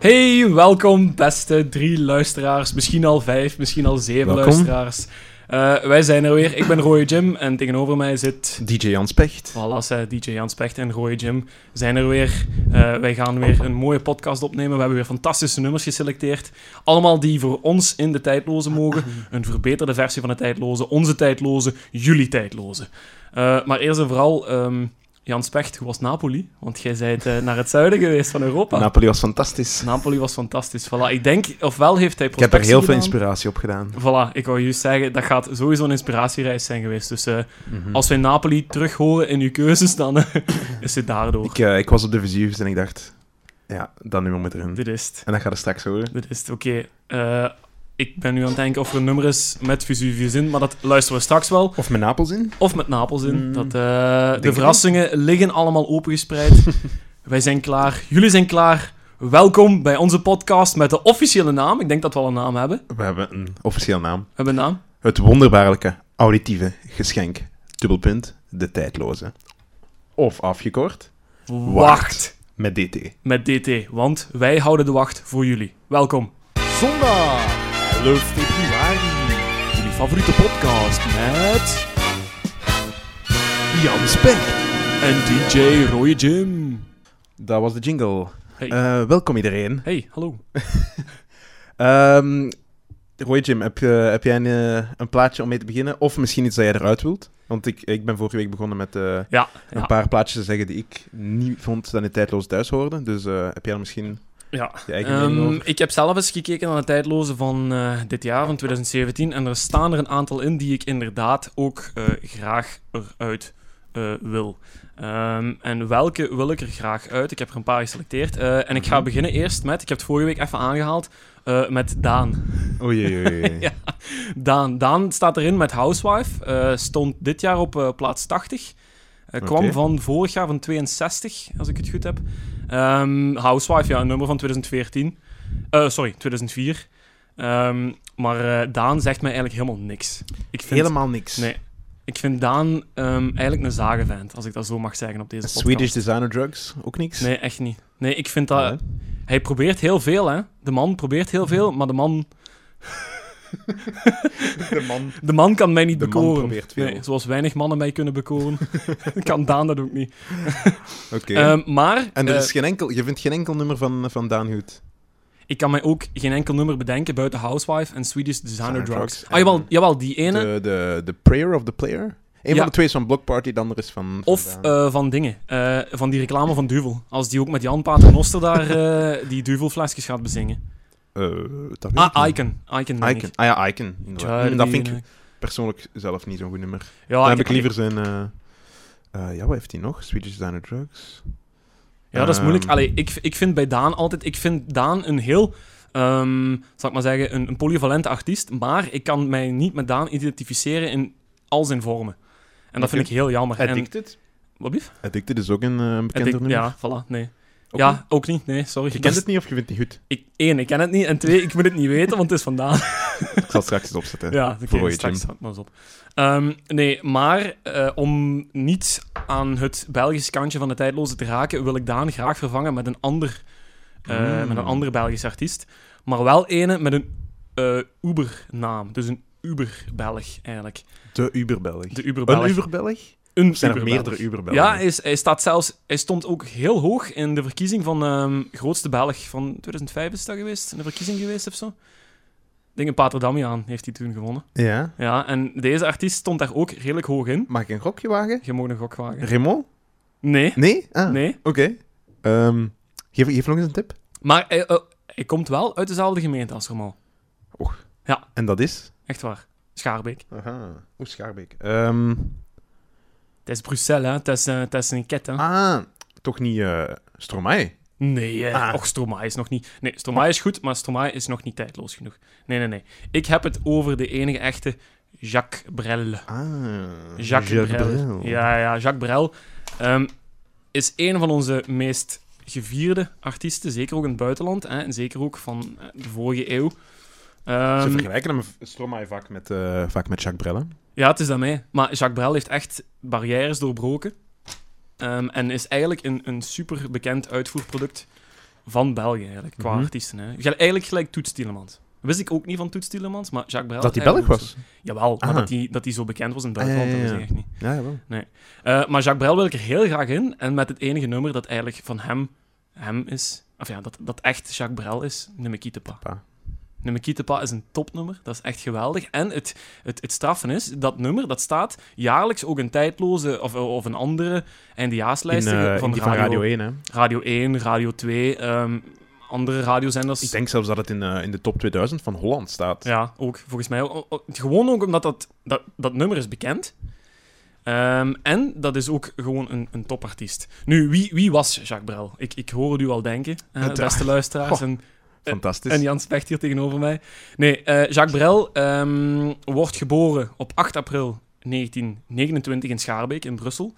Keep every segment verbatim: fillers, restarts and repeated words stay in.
Hey, welkom beste drie luisteraars, misschien al vijf, misschien al zeven welkom. luisteraars. Uh, wij zijn er weer, ik ben Roy Jim en tegenover mij zit... D J Jan Specht. Voilà, D J Jan Specht en Roy Jim zijn er weer. Uh, wij gaan weer een mooie podcast opnemen, we hebben weer fantastische nummers geselecteerd. Allemaal die voor ons in de tijdloze mogen. Een verbeterde versie van de tijdloze, onze tijdloze, jullie tijdloze. Uh, maar eerst en vooral... Um, Jan Specht, hoe was Napoli? Want jij bent uh, naar het zuiden geweest van Europa. Napoli was fantastisch. Napoli was fantastisch. Voilà. Ik denk, ofwel heeft hij Ik heb er heel gedaan. veel inspiratie op gedaan. Voilà, ik wou juist zeggen, dat gaat sowieso een inspiratiereis zijn geweest. Dus uh, mm-hmm. als wij Napoli terug horen in uw keuzes, dan uh, is het daardoor. Ik, uh, ik was op de Vesuvius en ik dacht, ja, dat nummer moet erin. Dit is het. En dat gaat er straks horen. Dit is het, oké. Okay. Uh, Ik ben nu aan het denken of er een nummer is met Vesuvius in, maar dat luisteren we straks wel. Of met Napels in. Of met Napels in. Mm, dat, uh, de verrassingen niet. liggen allemaal opengespreid. Wij zijn klaar. Jullie zijn klaar. Welkom bij onze podcast met de officiële naam. Ik denk dat we al een naam hebben. We hebben een officiële naam. We hebben een naam. Het wonderbaarlijke auditieve geschenk. Dubbelpunt, de tijdloze. Of afgekort. Wacht. wacht. Met D T. Met D T, want wij houden de wacht voor jullie. Welkom. Zondag. elf februari. Jullie favoriete podcast met... Jan Specht. En D J Roy Jim. Dat was de jingle. Hey. Uh, welkom iedereen. Hey, hallo. um, Roy Jim, heb, uh, heb jij een, uh, een plaatje om mee te beginnen? Of misschien iets dat jij eruit wilt? Want ik, ik ben vorige week begonnen met uh, ja, een ja. paar plaatjes te zeggen die ik niet vond dat in de tijdloos thuis hoorden. Dus uh, heb jij er misschien... Ja, um, ik heb zelf eens gekeken naar de tijdloze van uh, dit jaar, van twintig zeventien, en er staan er een aantal in die ik inderdaad ook uh, graag eruit uh, wil. Um, en welke wil ik er graag uit? Ik heb er een paar geselecteerd. Uh, en ik ga beginnen eerst met, ik heb het vorige week even aangehaald, uh, met Daan. Oei, oei, oei. ja, Daan. Daan staat erin met Housewife, uh, stond dit jaar op uh, plaats tachtig. Uh, kwam okay. van vorig jaar van tweeënzestig, als ik het goed heb. Um, Housewife, ja, een nummer van twintig veertien. Uh, sorry, tweeduizend vier. Um, maar uh, Daan zegt mij eigenlijk helemaal niks. Ik vind, helemaal niks? Nee. Ik vind Daan um, eigenlijk een zagenvent, als ik dat zo mag zeggen op deze podcast. Swedish Designer Drugs, ook niks? Nee, echt niet. Nee, ik vind dat... Nee. Hij probeert heel veel, hè. De man probeert heel veel, maar de man... De man, de man kan mij niet de bekoren. Man veel. Nee, zoals weinig mannen mij kunnen bekoren, kan Daan dat ook niet. Oké. Okay. Um, maar... En er uh, is geen enkel, je vindt geen enkel nummer van, van Daan goed? Ik kan mij ook geen enkel nummer bedenken buiten Housewife en Swedish Designer Drugs. Ah, jawel, jawel, die ene... De, de, de Prayer of the Player? Een ja. van de twee is van Block Party, de andere is van... van of uh, van dingen. Uh, van die reclame van Duvel. Als die ook met Jan Paternoster daar uh, die Duvelflesjes gaat bezingen. Uh, dat ah, Icon. Icon, Icon. Ah ja, Icon. Ja, dat vind ik persoonlijk zelf niet zo'n goed nummer. Ja, Dan heb ik liever zijn... Uh, uh, ja, wat heeft hij nog? Swedish Designer Drugs. Ja, dat is moeilijk. Um, Allee, ik, ik vind bij Daan altijd... Ik vind Daan een heel... Um, zal ik maar zeggen, een, een polyvalente artiest. Maar ik kan mij niet met Daan identificeren in al zijn vormen. En dat okay. vind ik heel jammer. Addicted? En, wat blieft? Addicted is ook een uh, bekender Addic- nummer. Ja, voilà, nee. Ook ja, niet? ook niet. Nee, sorry. Je kent het niet of je vindt het niet goed? Ik, één, ik ken het niet. En twee, ik moet het niet weten, want het is vandaan. Ik zal het straks eens opzetten. Ja, oké, okay, straks staat het maar eens op. Um, nee, maar uh, om niet aan het Belgische kantje van de tijdloze te raken, wil ik Daan graag vervangen met een ander, uh, mm. met een andere Belgische artiest. Maar wel ene met een uh, Uber-naam. Dus een Uber-Belg, eigenlijk. De Uber-Belg. De Uber-Belg. Een Uber-Belg? Een zijn er meerdere Uber-Belgen? Ja, hij, is, hij, staat zelfs, hij stond ook heel hoog in de verkiezing van um, grootste Belg van tweeduizend vijf is dat geweest? Een verkiezing geweest of zo? Ik denk een Pater Damiaan heeft hij toen gewonnen. Ja. Ja, en deze artiest stond daar ook redelijk hoog in. Mag ik een gokje wagen? Je mag een gok wagen. Raymond? Nee. Nee? Ah, nee. Oké. Okay. Um, geef, geef nog eens een tip. Maar hij, uh, hij komt wel uit dezelfde gemeente als Raymond. Och. Ja. En dat is? Echt waar. Schaarbeek. Aha. Oeh, Schaarbeek. Um... Het is Bruxelles, hè. Het is, uh, het is een ket, hè. Ah, toch niet uh, Stromae? Nee, uh, ah. Och, Stromae is nog niet... Nee, Stromae is goed, maar Stromae is nog niet tijdloos genoeg. Nee, nee, nee. Ik heb het over de enige echte Jacques Brel. Ah, Jacques, Jacques Brel. Brel. Ja, ja, Jacques Brel um, is een van onze meest gevierde artiesten, zeker ook in het buitenland, hè, en zeker ook van de vorige eeuw. Um, Ze vergelijken hem Stromae vaak met, uh, vaak met Jacques Brel, hè? Ja, het is dat mij. Maar Jacques Brel heeft echt barrières doorbroken. Um, en is eigenlijk een, een super bekend uitvoerproduct van België, eigenlijk, qua mm-hmm. artiesten. Hè. Eigenlijk gelijk Toets Tielemans. Wist ik ook niet van Toets Tielemans, maar Jacques Brel... Dat hij Belg was? Zo. Jawel, maar dat hij, dat hij zo bekend was in het buitenland, ah, ja, ja, ja. dat wist ik echt niet. Ja, jawel. Nee. Uh, maar Jacques Brel wil ik er heel graag in, en met het enige nummer dat eigenlijk van hem, hem is... Of ja, dat, dat echt Jacques Brel is, Ne me quitte pas. Ne me quitte pas is een topnummer, dat is echt geweldig. En het, het, het straffen is, dat nummer, dat staat jaarlijks ook een tijdloze, of, of een andere eindejaarslijst uh, van, van radio, Radio één, hè? Radio één, Radio twee... Um, andere radiozenders. Ik denk zelfs dat het in, uh, in de top tweeduizend van Holland staat. Ja, ook volgens mij. O, o, gewoon ook omdat dat, dat, dat nummer is bekend. Um, en dat is ook gewoon een, een topartiest. Nu, wie, wie was Jacques Brel? Ik, ik hoor het u al denken, uh, beste luisteraars. Oh, en, fantastisch. En Jan Specht hier tegenover mij. Nee, uh, Jacques Brel um, wordt geboren op acht april negentien negenentwintig in Schaarbeek in Brussel.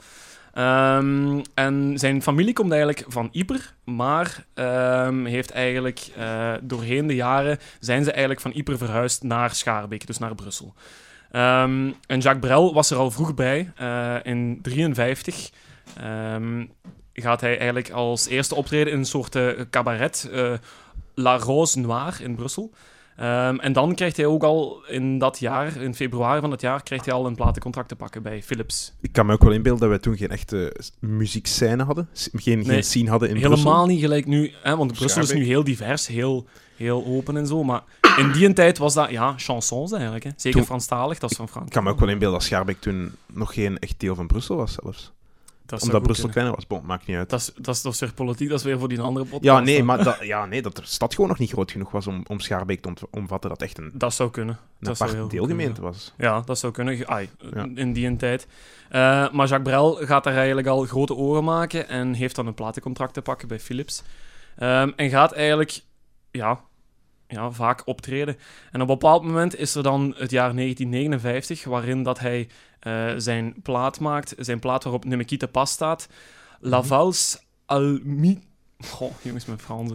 Um, en zijn familie komt eigenlijk van Yper, maar um, heeft eigenlijk uh, doorheen de jaren zijn ze eigenlijk van Yper verhuisd naar Schaarbeek, dus naar Brussel. Um, en Jacques Brel was er al vroeg bij. Uh, in drieënvijftig um, gaat hij eigenlijk als eerste optreden in een soort uh, cabaret, uh, La Rose Noire in Brussel. Um, en dan krijgt hij ook al in dat jaar, in februari van dat jaar, krijgt hij al een platencontract te pakken bij Philips. Ik kan me ook wel inbeelden dat wij toen geen echte muziekscène hadden. Geen, nee, geen scene hadden in helemaal Brussel. Helemaal niet gelijk nu, hè, want Brussel is nu heel divers, heel, heel open en zo. Maar in die tijd was dat, ja, chansons eigenlijk. Hè. Zeker toen, Franstalig, dat is van Frankrijk. Ik kan me ook wel inbeelden dat Schaarbeek toen nog geen echt deel van Brussel was zelfs. Dat Omdat Brussel kleiner was, bon, maakt niet uit. Dat is, dat is toch weer politiek, dat is weer voor die andere podcast. Ja, nee, maar dat, ja, nee, dat de stad gewoon nog niet groot genoeg was om, om Schaarbeek te ont- omvatten. Dat echt een, dat zou kunnen. Een dat apart zou deelgemeente was. Ja, dat zou kunnen. Ai, ja. In die tijd. Uh, maar Jacques Brel gaat daar eigenlijk al grote oren maken en heeft dan een platencontract te pakken bij Philips. Um, en gaat eigenlijk, ja, ja, vaak optreden. En op een bepaald moment is er dan het jaar negentien negenenvijftig, waarin dat hij uh, zijn plaat maakt, zijn plaat waarop Ne me quitte pas staat. La Valse al mi... Goh, jongens, mijn Frans.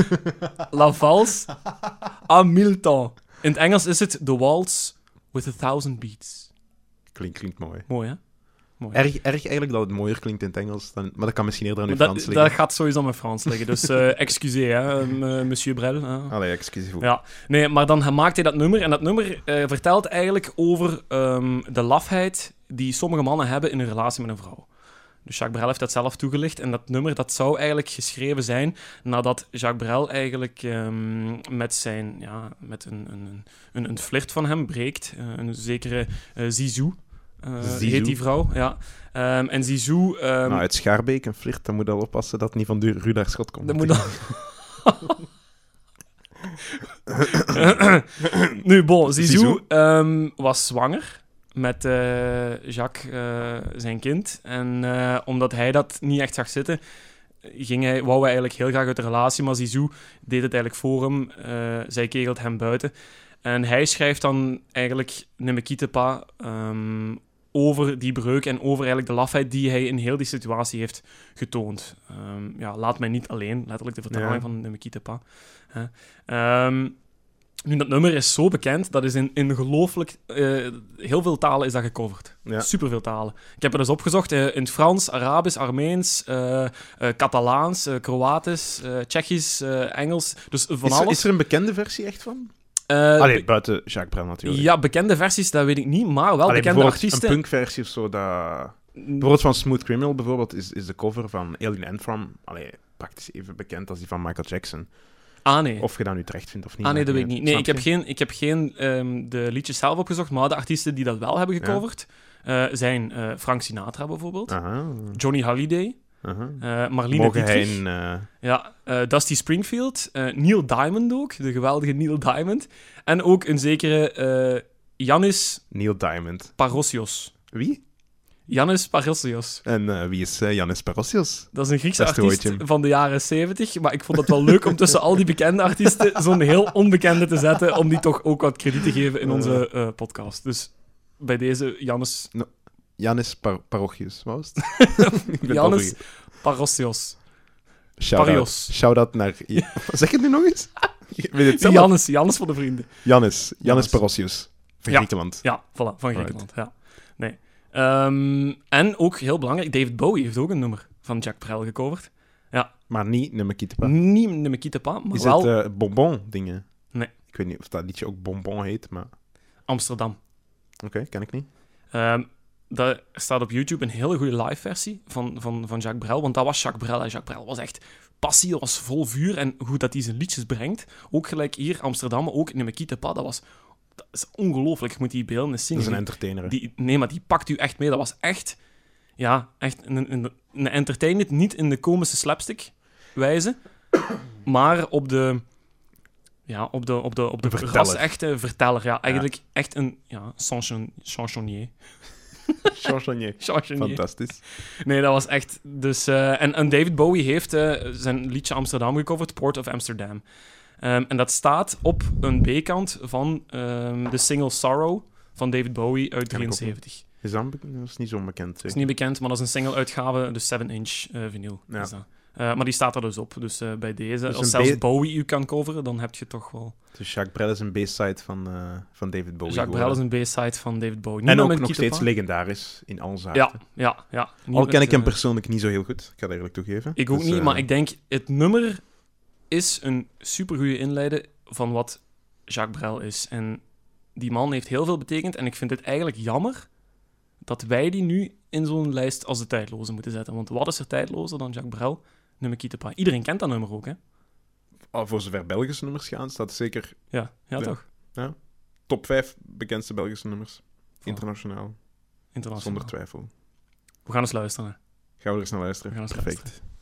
La Valse à mille temps. In het Engels is het The Waltz with a Thousand Beats. Klinkt, klinkt mooi. Mooi, hè? Mooi. Erg, erg eigenlijk dat het mooier klinkt in het Engels, dan, maar dat kan misschien eerder aan uw Frans dat, liggen. Dat gaat sowieso aan mijn Frans liggen, dus uh, excuseer, hè, uh, monsieur Brel. Uh. Allee, excuseer. Ja, nee, maar dan maakt hij dat nummer, en dat nummer uh, vertelt eigenlijk over um, de lafheid die sommige mannen hebben in een relatie met een vrouw. Dus Jacques Brel heeft dat zelf toegelicht, en dat nummer dat zou eigenlijk geschreven zijn nadat Jacques Brel eigenlijk um, met, zijn, ja, met een, een, een, een flirt van hem breekt, uh, een zekere uh, Zizou. Uh, heet die vrouw, ja. Um, en Zizou... Um, nou, uit Schaarbeek, een flirt, dan moet je al oppassen dat het niet van de Rudaar Schot komt. Dat moet al... Nu, bon, Zizou, Zizou? Um, was zwanger met uh, Jacques, uh, zijn kind. En uh, omdat hij dat niet echt zag zitten, ging hij, wou hij eigenlijk heel graag uit de relatie, maar Zizou deed het eigenlijk voor hem. Uh, zij kegelt hem buiten. En hij schrijft dan eigenlijk Ne me quitte pas um, over die breuk en over eigenlijk de lafheid die hij in heel die situatie heeft getoond. Um, ja, laat mij niet alleen, letterlijk de vertaling ja. van Ne me quitte pas. Huh? Um, nu, dat nummer is zo bekend, dat is in, in ongelooflijk... Uh, heel veel talen is dat gecoverd. Ja. Superveel talen. Ik heb er dus opgezocht, uh, in het Frans, Arabisch, Armeens, uh, uh, Catalaans, uh, Kroatisch, uh, Tsjechisch, uh, Engels, dus van is alles. Er, is er een bekende versie echt van? Uh, Allee, be- buiten Jacques Brel natuurlijk. Ja, bekende versies, dat weet ik niet, maar wel Allee, bekende artiesten. Een punkversie of zo, dat... Bijvoorbeeld van Smooth Criminal bijvoorbeeld, is, is de cover van Alien Anthem, allee, praktisch even bekend als die van Michael Jackson. Ah, nee. Of je dat nu terecht vindt of niet. Ah, nee, dat weet ik niet. Nee, ik heb geen, ik heb geen um, de liedjes zelf opgezocht, maar de artiesten die dat wel hebben gecoverd ja. uh, zijn uh, Frank Sinatra bijvoorbeeld, Aha. Johnny Halliday, uh-huh. uh, Marlene Mogen Dietrich, hij een, uh... ja, uh, Dusty Springfield, uh, Neil Diamond ook, de geweldige Neil Diamond, en ook een zekere uh, Yannis Neil Diamond. Parossios. Wie? Yannis Parossios. En uh, wie is uh, Yannis Parossios? Dat is een Griekse Beste artiest ooitje. Van de jaren zeventig, maar ik vond het wel leuk om tussen al die bekende artiesten zo'n heel onbekende te zetten, om die toch ook wat krediet te geven in onze uh, podcast. Dus bij deze, Yannis... No, Yannis Par- Parochius, wat was het? Yannis Parossios. Shout-out Shout naar... Zeg het nu nog eens? Weet het Yannis, Yannis voor de vrienden. Yannis, Yannis Parossios. Van ja. Griekenland. Ja, voilà, van Griekenland, right. ja. Nee. Um, en ook heel belangrijk, David Bowie heeft ook een nummer van Jacques Brel gecoverd. Ja. Maar niet Ne me quitte pas. Niet Ne me quitte pas, maar Is wel... het uh, bonbon-dingen? Nee. Ik weet niet of dat liedje ook bonbon heet, maar... Amsterdam. Oké, okay, ken ik niet. Um, daar staat op YouTube een hele goede live-versie van, van, van Jacques Brel, want dat was Jacques Brel. En Jacques Brel was echt passie, dat was vol vuur. En hoe dat hij zijn liedjes brengt, ook gelijk hier, Amsterdam, ook Ne me quitte pas, dat was... Dat is ongelooflijk. Je moet die beelden eens zien. Dat is een entertainer. Die, nee, maar die pakt u echt mee. Dat was echt... Ja, echt een, een, een entertainment. Niet in de komische slapstick wijze, maar op de... Ja, op de, op de, op de verteller. echte verteller. Ja, eigenlijk ja. echt een ja, chanson, chansonnier. Chansonnier. Chansonnier. Fantastisch. Nee, dat was echt... Dus, uh, en, en David Bowie heeft uh, zijn liedje Amsterdam gecoverd, Port of Amsterdam. Um, en dat staat op een B-kant van um, de single Sorrow van David Bowie uit drieënzeventig. Is dat, be- dat is niet zo bekend. Dat is niet bekend, maar dat is een single-uitgave, dus seven inch uh, vinyl. Ja. Is dat. Uh, maar die staat er dus op. Dus uh, bij deze, dus als zelfs B- Bowie u kan coveren, dan heb je toch wel... Dus Jacques Brel is een B-side van, uh, van David Bowie. Jacques Brel is een B-side van David Bowie. Niet en ook nog steeds legendarisch in al zaken. Ja, ja, ja. Niet Al ken ik hem uh, persoonlijk niet zo heel goed. Ik ga het eerlijk toegeven. Ik ook dus, niet, uh, maar ik denk, het nummer is een supergoeie inleiden van wat Jacques Brel is. En die man heeft heel veel betekend. En ik vind het eigenlijk jammer dat wij die nu in zo'n lijst als de tijdloze moeten zetten. Want wat is er tijdlozer dan Jacques Brel? Ne me quitte pas. Iedereen kent dat nummer ook, hè? Oh, voor zover Belgische nummers gaan, staat het zeker... Ja, ja, ja. toch? Ja. Top vijf bekendste Belgische nummers. Oh. Internationaal. Internationaal. Zonder twijfel. We gaan eens luisteren. Gaan we er eens naar luisteren. We gaan eens Perfect. Luisteren.